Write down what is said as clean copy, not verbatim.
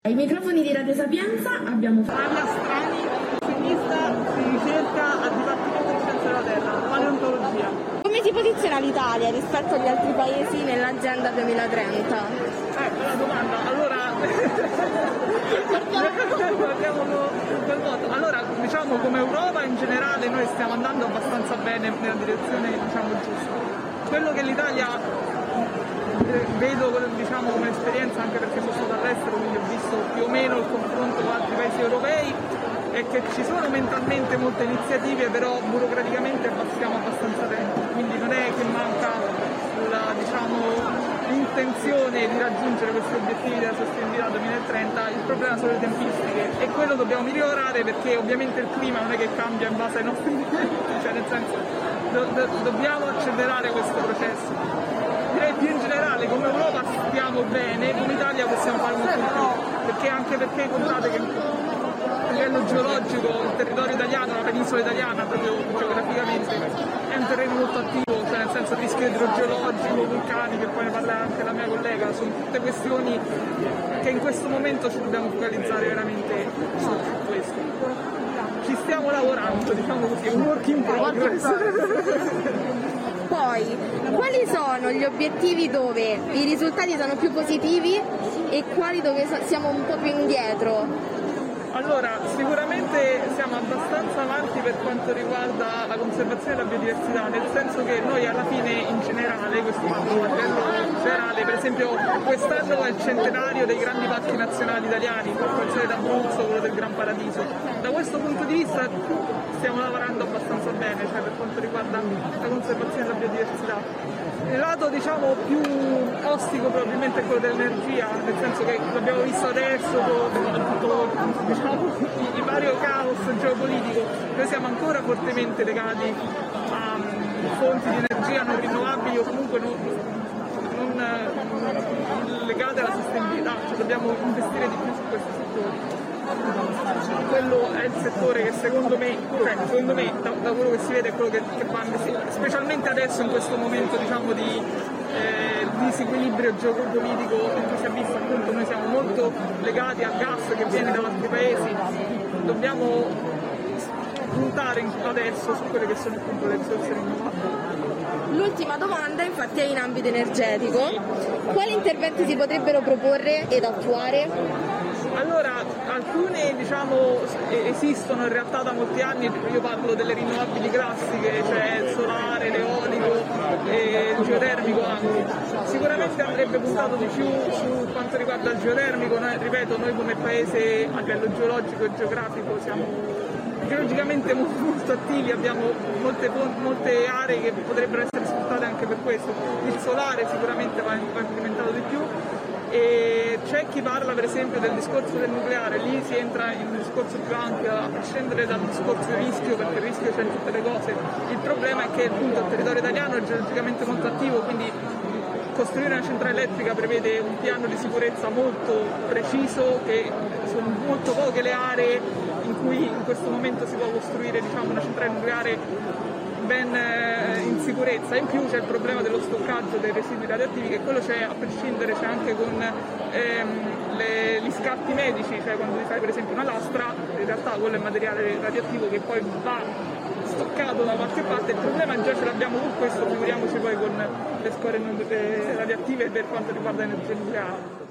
Ai microfoni di Radio Sapienza abbiamo Anna Strani, sinistra di ricerca al Dipartimento di Scienze della Terra, paleontologia. Come si posiziona l'Italia rispetto agli altri paesi nell'Agenda 2030? Bella domanda. Allora, allora, diciamo come Europa in generale noi stiamo andando abbastanza bene nella direzione giusta. Quello che l'Italia vedo come esperienza, anche perché sono stato all'estero, quindi ho visto più o meno il confronto con altri paesi europei, è che ci sono mentalmente molte iniziative, però burocraticamente stiamo abbastanza lenti, quindi non è che manca l'intenzione di raggiungere questi obiettivi della sostenibilità 2030, il problema sono le tempistiche e quello dobbiamo migliorare, perché ovviamente il clima non è che cambia in base ai nostri movimenti, cioè nel senso dobbiamo accelerare questo processo. Direi più in generale come Europa stiamo bene, come Italia possiamo fare molto di più, perché contate che a livello geologico il territorio italiano, la penisola italiana proprio geograficamente è un terreno molto attivo, cioè nel senso il rischio idrogeologico, vulcani, che poi ne parla anche la mia collega, sono tutte questioni che in questo momento ci dobbiamo focalizzare veramente su questo. Ci stiamo lavorando, diciamo così, un work in progress. Poi, quali sono gli obiettivi dove i risultati sono più positivi e quali dove siamo un po' più indietro? Allora, sicuramente siamo abbastanza avanti per quanto riguarda la conservazione della biodiversità, nel senso che noi alla fine in generale, questo a livello generale, per esempio quest'anno è il centenario dei grandi parchi nazionali italiani, quello d'Abruzzo, quello del Gran Paradiso. Da questo punto di vista stiamo lavorando abbastanza bene, cioè per quanto riguarda la conservazione della biodiversità. Il lato più ostico probabilmente è quello dell'energia, nel senso che l'abbiamo visto adesso con tutto il vario caos geopolitico. Noi siamo ancora fortemente legati a fonti di energia non rinnovabili o comunque non legate alla sostenibilità, cioè dobbiamo investire di più su questo settore. Quello è il settore che secondo me da quello che si vede è quello che va investito, specialmente adesso in questo momento di disequilibrio geopolitico in cui si è visto appunto noi siamo molto legati al gas che viene da altri paesi, dobbiamo puntare adesso su quelle che sono appunto le risorse rinnovabili. L'ultima domanda infatti è in ambito energetico. Quali interventi si potrebbero proporre ed attuare? Allora, alcune esistono in realtà da molti anni, io parlo delle rinnovabili classiche, cioè il solare, l'eolico e il geotermico anche. Sicuramente andrebbe puntato di più su quanto riguarda il geotermico, noi come paese a livello geologico e geografico siamo geologicamente molto attivi, abbiamo molte aree che potrebbero essere sfruttate anche per questo. Il solare sicuramente va implementato di più. E c'è chi parla per esempio del discorso del nucleare, lì si entra in un discorso più ampio, a prescindere dal discorso di rischio, perché il rischio c'è in tutte le cose. Il problema è che appunto il territorio italiano è geologicamente molto attivo, quindi costruire una centrale elettrica prevede un piano di sicurezza molto preciso, che sono molto poche le aree in cui in questo momento si può costruire una centrale nucleare ben in sicurezza. In più c'è il problema dello stoccaggio dei residui radioattivi, che quello c'è a prescindere, c'è anche con gli scarti medici, cioè quando ti fai per esempio una lastra, in realtà quello è materiale radioattivo che poi va stoccato da qualche parte. Il problema già ce l'abbiamo con questo, figuriamoci poi con le scorie radioattive per quanto riguarda l'energia nucleare.